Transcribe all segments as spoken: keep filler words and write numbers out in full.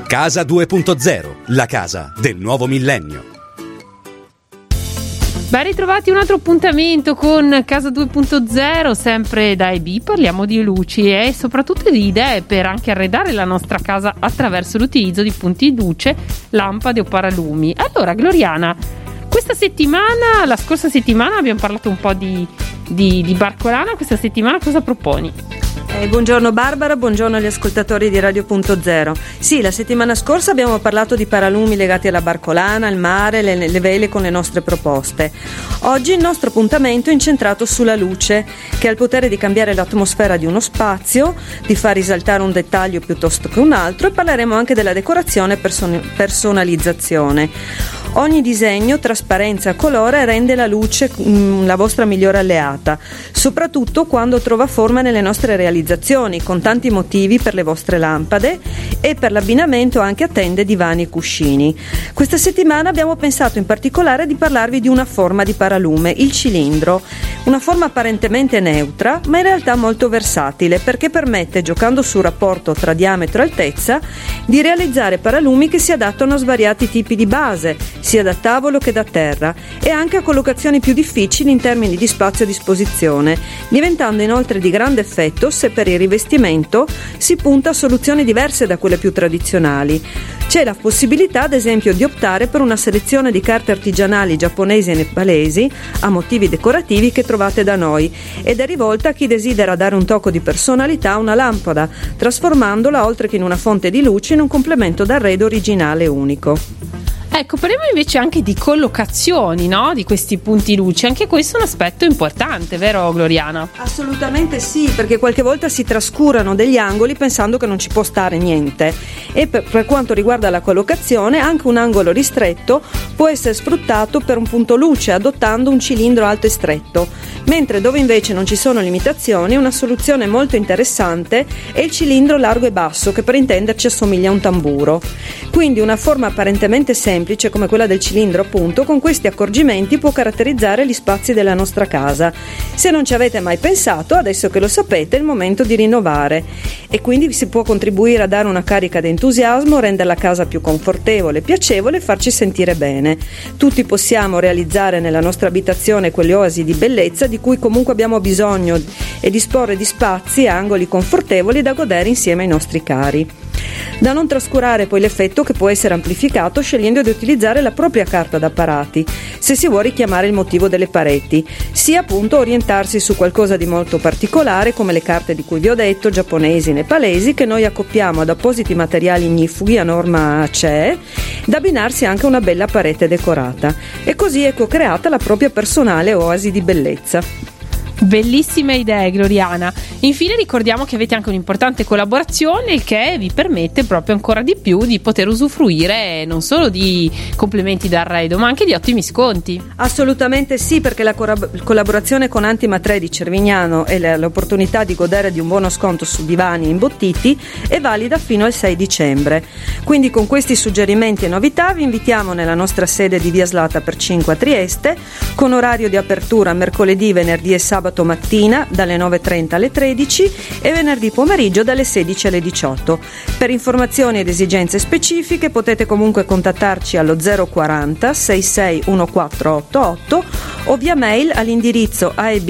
Casa due punto zero, la casa del nuovo millennio. Ben ritrovati, un altro appuntamento con Casa due punto zero, sempre da E B. Parliamo di luci e soprattutto di idee per anche arredare la nostra casa attraverso l'utilizzo di punti di luce, lampade o paralumi. Allora, Gloriana, questa settimana, la scorsa settimana abbiamo parlato un po' di, di, di Barcolana, questa settimana cosa proponi? Eh, buongiorno Barbara, buongiorno agli ascoltatori di Radio Punto Zero. Sì, la settimana scorsa abbiamo parlato di paralumi legati alla Barcolana, al mare, le, le vele con le nostre proposte. Oggi il nostro appuntamento è incentrato sulla luce, che ha il potere di cambiare l'atmosfera di uno spazio, di far risaltare un dettaglio piuttosto che un altro, e parleremo anche della decorazione e person- personalizzazione. Ogni disegno, trasparenza e colore rende la luce mh, la vostra migliore alleata, soprattutto quando trova forma nelle nostre realizzazioni, con tanti motivi per le vostre lampade e per l'abbinamento anche a tende, divani e cuscini. Questa settimana abbiamo pensato in particolare di parlarvi di una forma di paralume, il cilindro, una forma apparentemente neutra ma in realtà molto versatile, perché permette, giocando sul rapporto tra diametro e altezza, di realizzare paralumi che si adattano a svariati tipi di base, sia da tavolo che da terra, e anche a collocazioni più difficili in termini di spazio a disposizione, diventando inoltre di grande effetto se per il rivestimento si punta a soluzioni diverse da quelle più tradizionali. C'è la possibilità, ad esempio, di optare per una selezione di carte artigianali giapponesi e nepalesi a motivi decorativi che trovate da noi, ed è rivolta a chi desidera dare un tocco di personalità a una lampada, trasformandola, oltre che in una fonte di luce, in un complemento d'arredo originale unico. Ecco, parliamo invece anche di collocazioni, no? Di questi punti luce. Anche questo è un aspetto importante, vero Gloriana? Assolutamente sì, perché qualche volta si trascurano degli angoli pensando che non ci può stare niente. E per, per quanto riguarda la collocazione, anche un angolo ristretto può essere sfruttato per un punto luce, adottando un cilindro alto e stretto, mentre dove invece non ci sono limitazioni, una soluzione molto interessante è il cilindro largo e basso, che per intenderci assomiglia a un tamburo. Quindi una forma apparentemente semplice come quella del cilindro, appunto, con questi accorgimenti può caratterizzare gli spazi della nostra casa. Se non ci avete mai pensato, adesso che lo sapete è il momento di rinnovare, e quindi si può contribuire a dare una carica di entusiasmo, rendere la casa più confortevole, piacevole e farci sentire bene. Tutti possiamo realizzare nella nostra abitazione quelle oasi di bellezza di cui comunque abbiamo bisogno, e disporre di spazi e angoli confortevoli da godere insieme ai nostri cari. Da non trascurare poi l'effetto che può essere amplificato scegliendo di utilizzare la propria carta d'apparati, se si vuole richiamare il motivo delle pareti, sia appunto orientarsi su qualcosa di molto particolare come le carte di cui vi ho detto, giapponesi, nepalesi, che noi accoppiamo ad appositi materiali ignifughi a norma A C E, da abbinarsi anche a una bella parete decorata, e così ecco creata la propria personale oasi di bellezza. Bellissime idee, Gloriana. Infine ricordiamo che avete anche un'importante collaborazione che vi permette proprio ancora di più di poter usufruire non solo di complementi d'arredo ma anche di ottimi sconti. Assolutamente sì, perché la corab- collaborazione con Antima tre di Cervignano e la- l'opportunità di godere di un buono sconto su divani imbottiti è valida fino al sei dicembre. Quindi con questi suggerimenti e novità vi invitiamo nella nostra sede di Via Slata per cinque a Trieste, con orario di apertura mercoledì, venerdì e sabato mattina dalle nove e trenta alle tredici e venerdì pomeriggio dalle sedici alle diciotto. Per informazioni ed esigenze specifiche potete comunque contattarci allo zero quaranta sei sei uno quattro otto otto o via mail all'indirizzo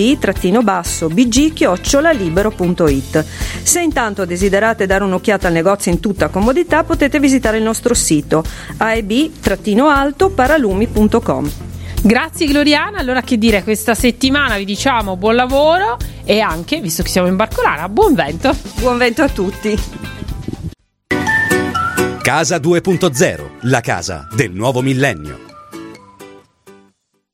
aeb-bg chiocciola libero punto it. Se intanto desiderate dare un'occhiata al negozio in tutta comodità, potete visitare il nostro sito aeb-alto paralumi punto com. Grazie Gloriana, allora che dire, questa settimana vi diciamo buon lavoro e anche, visto che siamo in Barcolana, buon vento. Buon vento a tutti. Casa due punto zero, la casa del nuovo millennio.